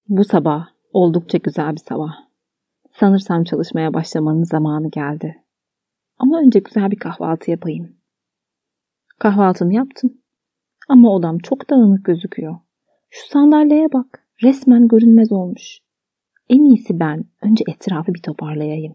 Bu sabah oldukça güzel bir sabah. Sanırsam çalışmaya başlamanın zamanı geldi. Ama önce güzel bir kahvaltı yapayım. Kahvaltımı yaptım. Ama odam çok dağınık gözüküyor. Şu sandalyeye bak, resmen görünmez olmuş. En iyisi ben önce etrafı bir toparlayayım.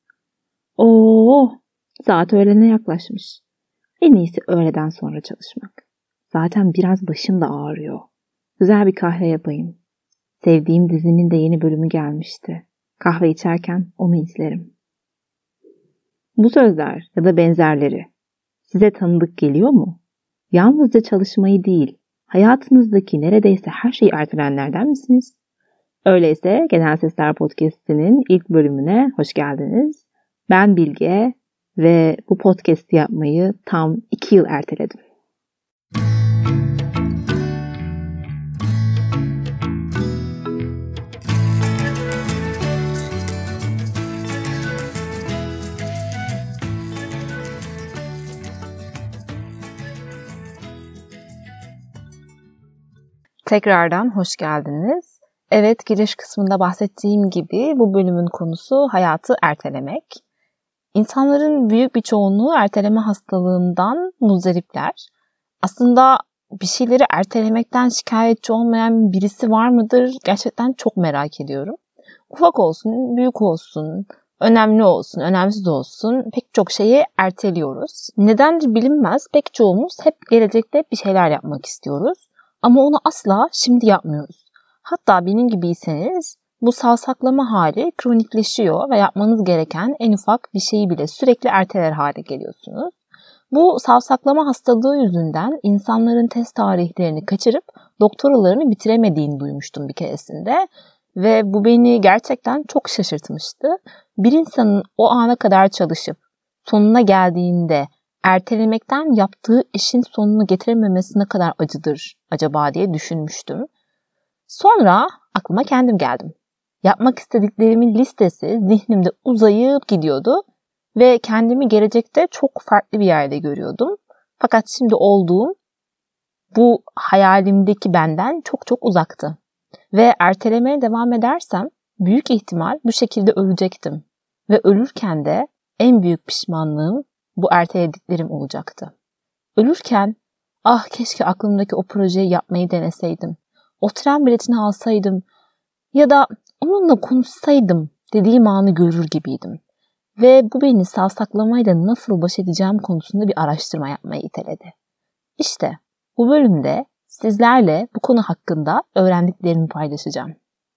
Saat öğlene yaklaşmış. En iyisi öğleden sonra çalışmak. Zaten biraz başım da ağrıyor. Güzel bir kahve yapayım. Sevdiğim dizinin de yeni bölümü gelmişti. Kahve içerken onu izlerim. Bu sözler ya da benzerleri size tanıdık geliyor mu? Yalnızca çalışmayı değil, hayatınızdaki neredeyse her şeyi ertelenenlerden misiniz? Öyleyse Genel Sesler Podcast'inin ilk bölümüne hoş geldiniz. Ben Bilge ve bu podcast'i yapmayı tam 2 yıl erteledim. Tekrardan hoş geldiniz. Evet, giriş kısmında bahsettiğim gibi bu bölümün konusu hayatı ertelemek. İnsanların büyük bir çoğunluğu erteleme hastalığından muzdaripler. Aslında bir şeyleri ertelemekten şikayetçi olmayan birisi var mıdır? Gerçekten çok merak ediyorum. Ufak olsun, büyük olsun, önemli olsun, önemsiz olsun pek çok şeyi erteliyoruz. Nedendir bilinmez, pek çoğumuz hep gelecekte bir şeyler yapmak istiyoruz. Ama onu asla şimdi yapmıyoruz. Hatta benim gibiyseniz bu savsaklama hali kronikleşiyor ve yapmanız gereken en ufak bir şeyi bile sürekli erteler hale geliyorsunuz. Bu savsaklama hastalığı yüzünden insanların test tarihlerini kaçırıp doktoralarını bitiremediğini duymuştum bir keresinde. Ve bu beni gerçekten çok şaşırtmıştı. Bir insanın o ana kadar çalışıp sonuna geldiğinde ertelemekten yaptığı işin sonunu getirememesi ne kadar acıdır acaba diye düşünmüştüm. Sonra aklıma kendim geldim. Yapmak istediklerimin listesi zihnimde uzayıp gidiyordu ve kendimi gelecekte çok farklı bir yerde görüyordum. Fakat şimdi olduğum bu hayalimdeki benden çok çok uzaktı. Ve ertelemeye devam edersem büyük ihtimal bu şekilde ölecektim. Ve ölürken de en büyük pişmanlığım bu ertelediklerim olacaktı. Ölürken keşke aklımdaki o projeyi yapmayı deneseydim. O tren biletini alsaydım ya da onunla konuşsaydım dediğim anı görür gibiydim. Ve bu beni savsaklamayla nasıl baş edeceğim konusunda bir araştırma yapmaya iteledi. İşte bu bölümde sizlerle bu konu hakkında öğrendiklerimi paylaşacağım.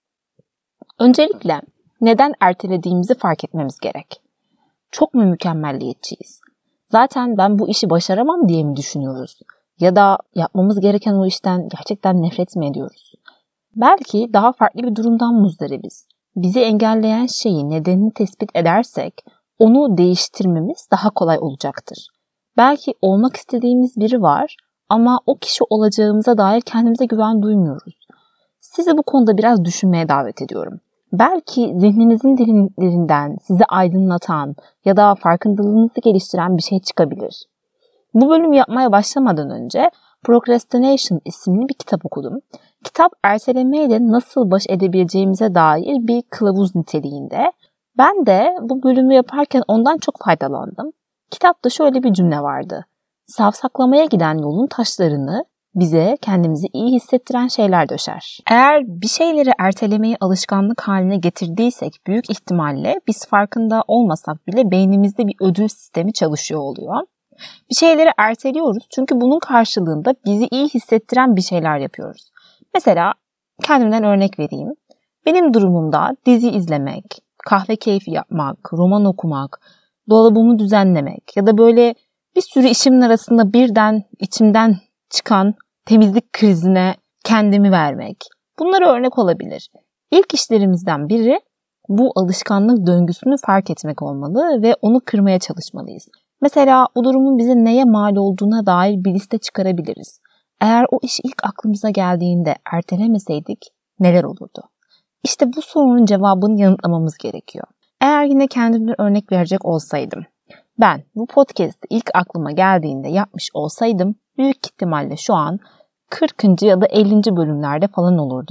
Öncelikle neden ertelediğimizi fark etmemiz gerek. Çok mu mükemmelliyetçiyiz? Zaten ben bu işi başaramam diye mi düşünüyoruz? Ya da yapmamız gereken o işten gerçekten nefret mi ediyoruz? Belki daha farklı bir durumdan muzdaribiz. Bizi engelleyen şeyin nedenini tespit edersek onu değiştirmemiz daha kolay olacaktır. Belki olmak istediğimiz biri var ama o kişi olacağımıza dair kendimize güven duymuyoruz. Sizi bu konuda biraz düşünmeye davet ediyorum. Belki zihninizin derinlerinden sizi aydınlatan ya da farkındalığınızı geliştiren bir şey çıkabilir. Bu bölümü yapmaya başlamadan önce Procrastination isimli bir kitap okudum. Kitap ertelemeyle nasıl baş edebileceğimize dair bir kılavuz niteliğinde. Ben de bu bölümü yaparken ondan çok faydalandım. Kitapta şöyle bir cümle vardı. Savsaklamaya giden yolun taşlarını bize kendimizi iyi hissettiren şeyler döşer. Eğer bir şeyleri ertelemeyi alışkanlık haline getirdiysek büyük ihtimalle biz farkında olmasak bile beynimizde bir ödül sistemi çalışıyor oluyor. Bir şeyleri erteliyoruz çünkü bunun karşılığında bizi iyi hissettiren bir şeyler yapıyoruz. Mesela kendimden örnek vereyim. Benim durumumda dizi izlemek, kahve keyfi yapmak, roman okumak, dolabımı düzenlemek ya da böyle bir sürü işimin arasında birden içimden çıkan temizlik krizine kendimi vermek. Bunlara örnek olabilir. İlk işlerimizden biri bu alışkanlık döngüsünü fark etmek olmalı ve onu kırmaya çalışmalıyız. Mesela bu durumun bize neye mal olduğuna dair bir liste çıkarabiliriz. Eğer o iş ilk aklımıza geldiğinde ertelemeseydik neler olurdu? İşte bu sorunun cevabını yanıtlamamız gerekiyor. Eğer yine kendimden örnek verecek olsaydım, ben bu podcast'ı ilk aklıma geldiğinde yapmış olsaydım büyük ihtimalle şu an 40. ya da 50. bölümlerde falan olurdum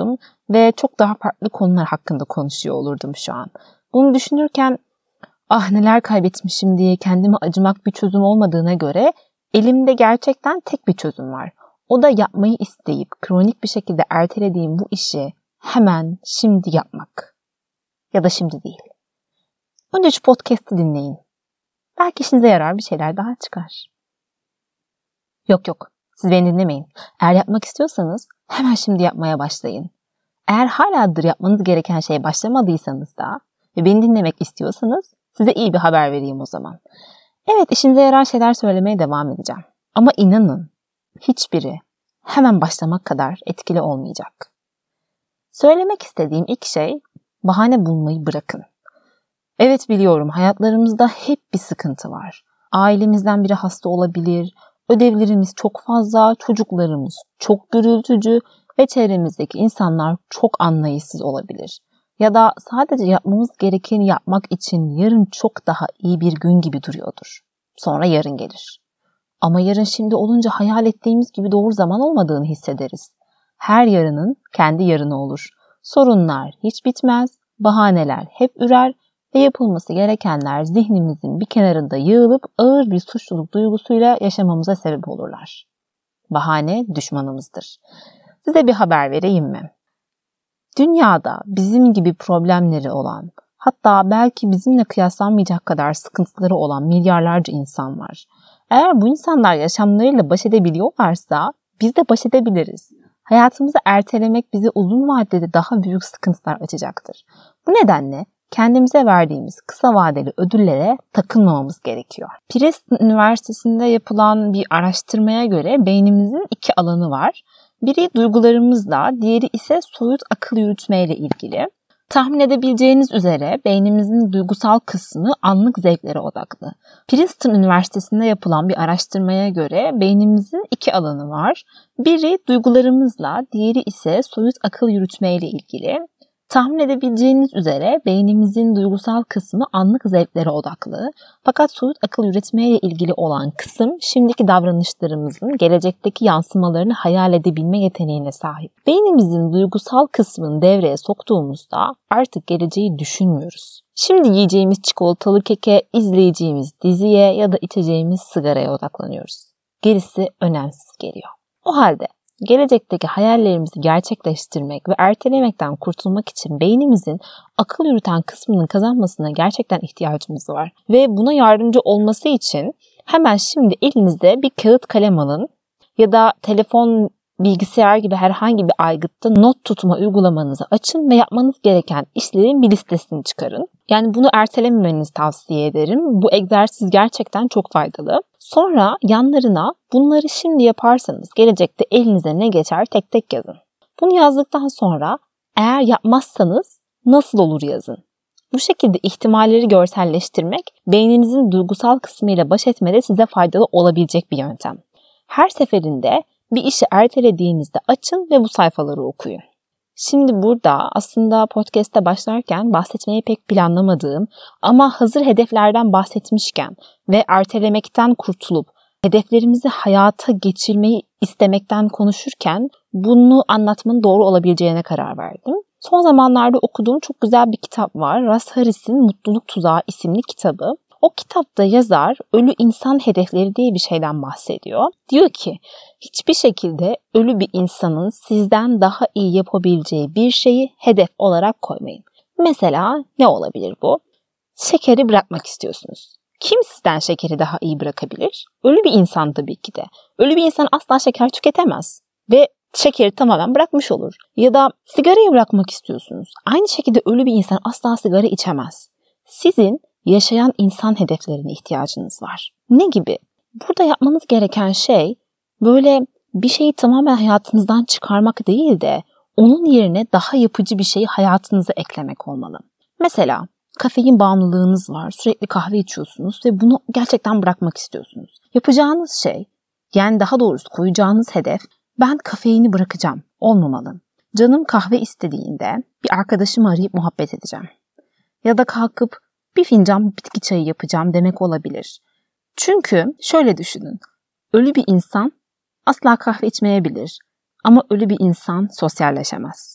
ve çok daha farklı konular hakkında konuşuyor olurdum şu an. Bunu düşünürken neler kaybetmişim diye kendime acımak bir çözüm olmadığına göre elimde gerçekten tek bir çözüm var. O da yapmayı isteyip kronik bir şekilde ertelediğim bu işi hemen şimdi yapmak. Ya da şimdi değil. Önce şu podcast'ı dinleyin. Belki işinize yarar bir şeyler daha çıkar. Yok. Siz beni dinlemeyin. Eğer yapmak istiyorsanız hemen şimdi yapmaya başlayın. Eğer haladır yapmanız gereken şeye başlamadıysanız da ve beni dinlemek istiyorsanız size iyi bir haber vereyim o zaman. Evet, işinize yarar şeyler söylemeye devam edeceğim. Ama inanın hiçbiri hemen başlamak kadar etkili olmayacak. Söylemek istediğim ilk şey bahane bulmayı bırakın. Evet, biliyorum, hayatlarımızda hep bir sıkıntı var. Ailemizden biri hasta olabilir, ödevlerimiz çok fazla, çocuklarımız çok gürültücü ve çevremizdeki insanlar çok anlayışsız olabilir. Ya da sadece yapmamız gerekeni yapmak için yarın çok daha iyi bir gün gibi duruyordur. Sonra yarın gelir. Ama yarın şimdi olunca hayal ettiğimiz gibi doğru zaman olmadığını hissederiz. Her yarının kendi yarını olur. Sorunlar hiç bitmez, bahaneler hep ürer ve yapılması gerekenler zihnimizin bir kenarında yığılıp ağır bir suçluluk duygusuyla yaşamamıza sebep olurlar. Bahane düşmanımızdır. Size bir haber vereyim mi? Dünyada bizim gibi problemleri olan, hatta belki bizimle kıyaslanmayacak kadar sıkıntıları olan milyarlarca insan var. Eğer bu insanlar yaşamlarıyla baş edebiliyorlarsa biz de baş edebiliriz. Hayatımızı ertelemek bize uzun vadede daha büyük sıkıntılar açacaktır. Bu nedenle kendimize verdiğimiz kısa vadeli ödüllere takılmamamız gerekiyor. Princeton Üniversitesi'nde yapılan bir araştırmaya göre beynimizin 2 alanı var. Biri duygularımızla, diğeri ise soyut akıl yürütmeyle ilgili. Tahmin edebileceğiniz üzere beynimizin duygusal kısmı anlık zevklere odaklı. Princeton Üniversitesi'nde yapılan bir araştırmaya göre beynimizin 2 alanı var. Biri duygularımızla, diğeri ise soyut akıl yürütmeyle ilgili. Tahmin edebileceğiniz üzere beynimizin duygusal kısmı anlık zevklere odaklı. Fakat soyut akıl üretmeyle ilgili olan kısım şimdiki davranışlarımızın gelecekteki yansımalarını hayal edebilme yeteneğine sahip. Beynimizin duygusal kısmını devreye soktuğumuzda artık geleceği düşünmüyoruz. Şimdi yiyeceğimiz çikolatalı keke, izleyeceğimiz diziye ya da içeceğimiz sigaraya odaklanıyoruz. Gerisi önemsiz geliyor. O halde gelecekteki hayallerimizi gerçekleştirmek ve ertelemekten kurtulmak için beynimizin akıl yürüten kısmının kazanmasına gerçekten ihtiyacımız var. Ve buna yardımcı olması için hemen şimdi elinizde bir kağıt kalem alın ya da telefon, bilgisayar gibi herhangi bir aygıtta not tutma uygulamanızı açın ve yapmanız gereken işlerin bir listesini çıkarın. Yani bunu ertelememenizi tavsiye ederim. Bu egzersiz gerçekten çok faydalı. Sonra yanlarına bunları şimdi yaparsanız gelecekte elinize ne geçer tek tek yazın. Bunu yazdıktan sonra eğer yapmazsanız nasıl olur yazın. Bu şekilde ihtimalleri görselleştirmek beyninizin duygusal kısmıyla baş etmede size faydalı olabilecek bir yöntem. Her seferinde bir işi ertelediğinizde açın ve bu sayfaları okuyun. Şimdi burada aslında podcast'te başlarken bahsetmeyi pek planlamadığım ama hazır hedeflerden bahsetmişken ve ertelemekten kurtulup hedeflerimizi hayata geçirmeyi istemekten konuşurken bunu anlatmanın doğru olabileceğine karar verdim. Son zamanlarda okuduğum çok güzel bir kitap var. Russ Harris'in Mutluluk Tuzağı isimli kitabı. O kitapta yazar ölü insan hedefleri diye bir şeyden bahsediyor. Diyor ki hiçbir şekilde ölü bir insanın sizden daha iyi yapabileceği bir şeyi hedef olarak koymayın. Mesela ne olabilir bu? Şekeri bırakmak istiyorsunuz. Kim sizden şekeri daha iyi bırakabilir? Ölü bir insan tabii ki de. Ölü bir insan asla şeker tüketemez ve şekeri tamamen bırakmış olur. Ya da sigarayı bırakmak istiyorsunuz. Aynı şekilde ölü bir insan asla sigara içemez. Sizin yaşayan insan hedeflerine ihtiyacınız var. Ne gibi? Burada yapmanız gereken şey böyle bir şeyi tamamen hayatınızdan çıkarmak değil de onun yerine daha yapıcı bir şeyi hayatınıza eklemek olmalı. Mesela kafein bağımlılığınız var, sürekli kahve içiyorsunuz ve bunu gerçekten bırakmak istiyorsunuz. Yapacağınız şey, yani daha doğrusu koyacağınız hedef, ben kafeini bırakacağım olmamalı. Canım kahve istediğinde bir arkadaşımı arayıp muhabbet edeceğim. Ya da kalkıp bir fincan bitki çayı yapacağım demek olabilir. Çünkü şöyle düşünün, ölü bir insan asla kahve içmeyebilir ama ölü bir insan sosyalleşemez.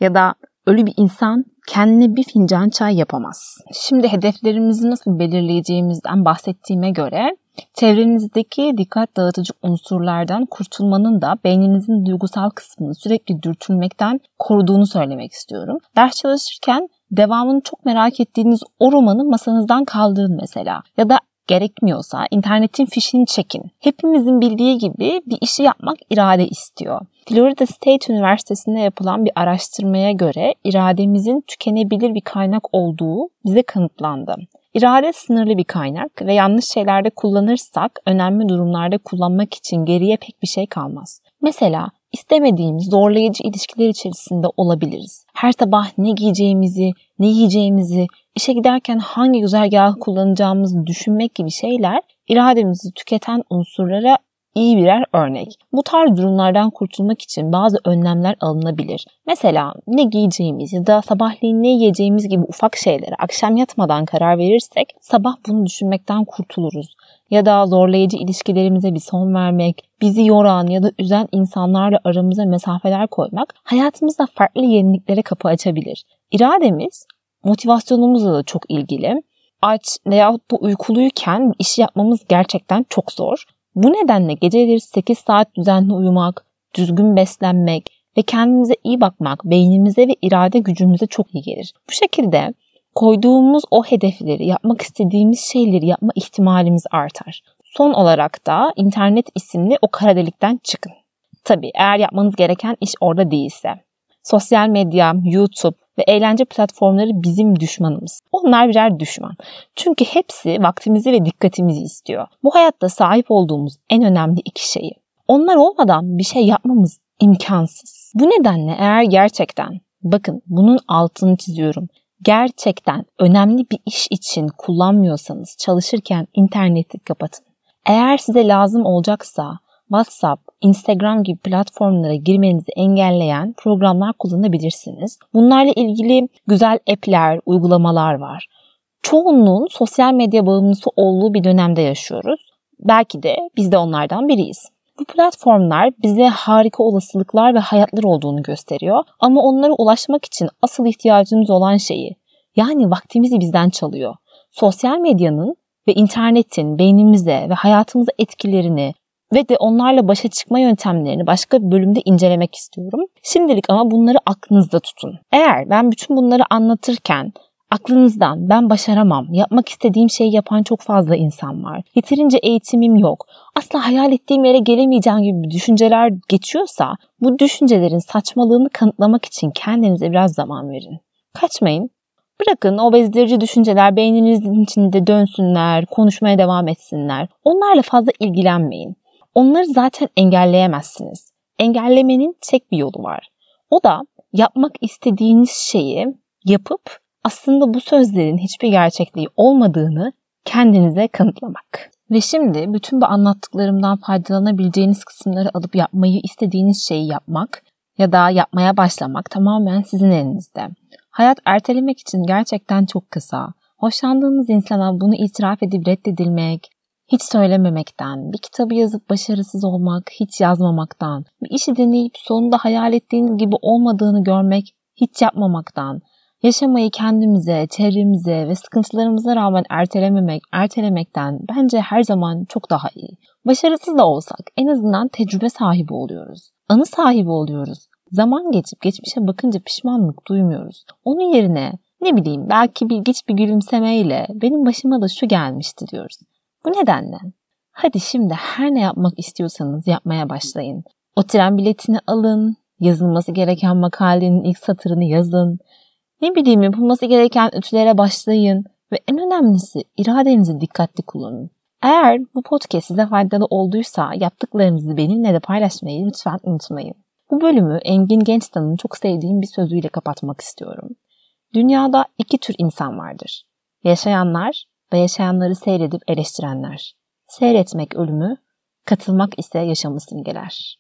Ya da ölü bir insan kendine bir fincan çay yapamaz. Şimdi hedeflerimizi nasıl belirleyeceğimizden bahsettiğime göre çevrenizdeki dikkat dağıtıcı unsurlardan kurtulmanın da beyninizin duygusal kısmını sürekli dürtülmekten koruduğunu söylemek istiyorum. Ders çalışırken devamını çok merak ettiğiniz o romanı masanızdan kaldırın mesela. Ya da gerekmiyorsa internetin fişini çekin. Hepimizin bildiği gibi bir işi yapmak irade istiyor. Florida State Üniversitesi'nde yapılan bir araştırmaya göre irademizin tükenebilir bir kaynak olduğu bize kanıtlandı. İrade sınırlı bir kaynak ve yanlış şeylerde kullanırsak önemli durumlarda kullanmak için geriye pek bir şey kalmaz. Mesela istemediğimiz zorlayıcı ilişkiler içerisinde olabiliriz. Her sabah ne giyeceğimizi, ne yiyeceğimizi, işe giderken hangi güzergahı kullanacağımızı düşünmek gibi şeyler irademizi tüketen unsurlara iyi birer örnek. Bu tarz durumlardan kurtulmak için bazı önlemler alınabilir. Mesela ne giyeceğimiz ya da sabahleyin ne yiyeceğimiz gibi ufak şeylere akşam yatmadan karar verirsek sabah bunu düşünmekten kurtuluruz. Ya da zorlayıcı ilişkilerimize bir son vermek, bizi yoran ya da üzen insanlarla aramıza mesafeler koymak hayatımızda farklı yeniliklere kapı açabilir. İrademiz motivasyonumuzla da çok ilgili. Aç veyahut da uykuluyken bir işi yapmamız gerçekten çok zor. Bu nedenle geceleri 8 saat düzenli uyumak, düzgün beslenmek ve kendimize iyi bakmak beynimize ve irade gücümüze çok iyi gelir. Bu şekilde koyduğumuz o hedefleri, yapmak istediğimiz şeyleri yapma ihtimalimiz artar. Son olarak da internet isimli o kara delikten çıkın. Tabii eğer yapmanız gereken iş orada değilse. Sosyal medya, YouTube ve eğlence platformları bizim düşmanımız. Onlar birer düşman. Çünkü hepsi vaktimizi ve dikkatimizi istiyor. Bu hayatta sahip olduğumuz en önemli iki şeyi. Onlar olmadan bir şey yapmamız imkansız. Bu nedenle eğer gerçekten, bakın bunun altını çiziyorum, gerçekten önemli bir iş için kullanmıyorsanız çalışırken interneti kapatın. Eğer size lazım olacaksa WhatsApp, Instagram gibi platformlara girmenizi engelleyen programlar kullanabilirsiniz. Bunlarla ilgili güzel app'ler, uygulamalar var. Çoğunluğun sosyal medya bağımlısı olduğu bir dönemde yaşıyoruz. Belki de biz de onlardan biriyiz. Bu platformlar bize harika olasılıklar ve hayatlar olduğunu gösteriyor. Ama onlara ulaşmak için asıl ihtiyacımız olan şeyi, yani vaktimizi bizden çalıyor. Sosyal medyanın ve internetin beynimize ve hayatımıza etkilerini ve de onlarla başa çıkma yöntemlerini başka bir bölümde incelemek istiyorum. Şimdilik ama bunları aklınızda tutun. Eğer ben bütün bunları anlatırken aklınızdan ben başaramam, yapmak istediğim şeyi yapan çok fazla insan var, yeterince eğitimim yok, asla hayal ettiğim yere gelemeyeceğim gibi düşünceler geçiyorsa bu düşüncelerin saçmalığını kanıtlamak için kendinize biraz zaman verin. Kaçmayın. Bırakın o bezdirici düşünceler beyninizin içinde dönsünler, konuşmaya devam etsinler. Onlarla fazla ilgilenmeyin. Onları zaten engelleyemezsiniz. Engellemenin tek bir yolu var. O da yapmak istediğiniz şeyi yapıp aslında bu sözlerin hiçbir gerçekliği olmadığını kendinize kanıtlamak. Ve şimdi bütün bu anlattıklarımdan faydalanabileceğiniz kısımları alıp yapmayı istediğiniz şeyi yapmak ya da yapmaya başlamak tamamen sizin elinizde. Hayat ertelemek için gerçekten çok kısa. Hoşlandığınız insana bunu itiraf edip reddedilmek, hiç söylememekten, bir kitabı yazıp başarısız olmak, hiç yazmamaktan, bir işi deneyip sonunda hayal ettiğiniz gibi olmadığını görmek, hiç yapmamaktan, yaşamayı kendimize, çevremize ve sıkıntılarımıza rağmen ertelemekten bence her zaman çok daha iyi. Başarısız da olsak en azından tecrübe sahibi oluyoruz. Anı sahibi oluyoruz. Zaman geçip geçmişe bakınca pişmanlık duymuyoruz. Onun yerine ne bileyim belki bilgiç bir gülümsemeyle benim başıma da şu gelmişti diyoruz. Bu nedenle hadi şimdi her ne yapmak istiyorsanız yapmaya başlayın. O tren biletini alın, yazılması gereken makalenin ilk satırını yazın. Ne bileyim yapılması gereken ütülere başlayın ve en önemlisi iradenizi dikkatli kullanın. Eğer bu podcast size faydalı olduysa yaptıklarınızı benimle de paylaşmayı lütfen unutmayın. Bu bölümü Engin Gençtan'ın çok sevdiğim bir sözüyle kapatmak istiyorum. Dünyada iki tür insan vardır. Yaşayanlar ve yaşayanları seyredip eleştirenler. Seyretmek ölümü, katılmak ise yaşamı simgeler.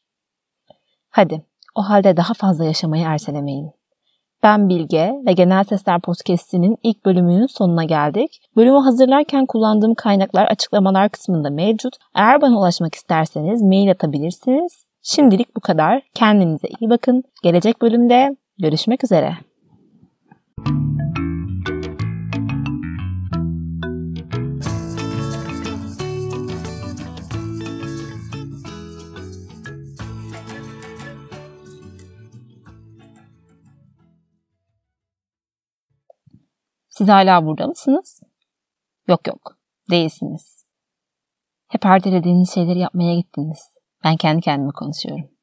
Hadi o halde daha fazla yaşamayı ertelemeyin. Ben Bilge ve Genel Sesler Podcast'inin ilk bölümünün sonuna geldik. Bölümü hazırlarken kullandığım kaynaklar açıklamalar kısmında mevcut. Eğer bana ulaşmak isterseniz mail atabilirsiniz. Şimdilik bu kadar. Kendinize iyi bakın. Gelecek bölümde Görüşmek üzere. Siz hala burada mısınız? Yok, değilsiniz. Hep ertelediğiniz şeyleri yapmaya gittiniz. Ben kendi kendime konuşuyorum.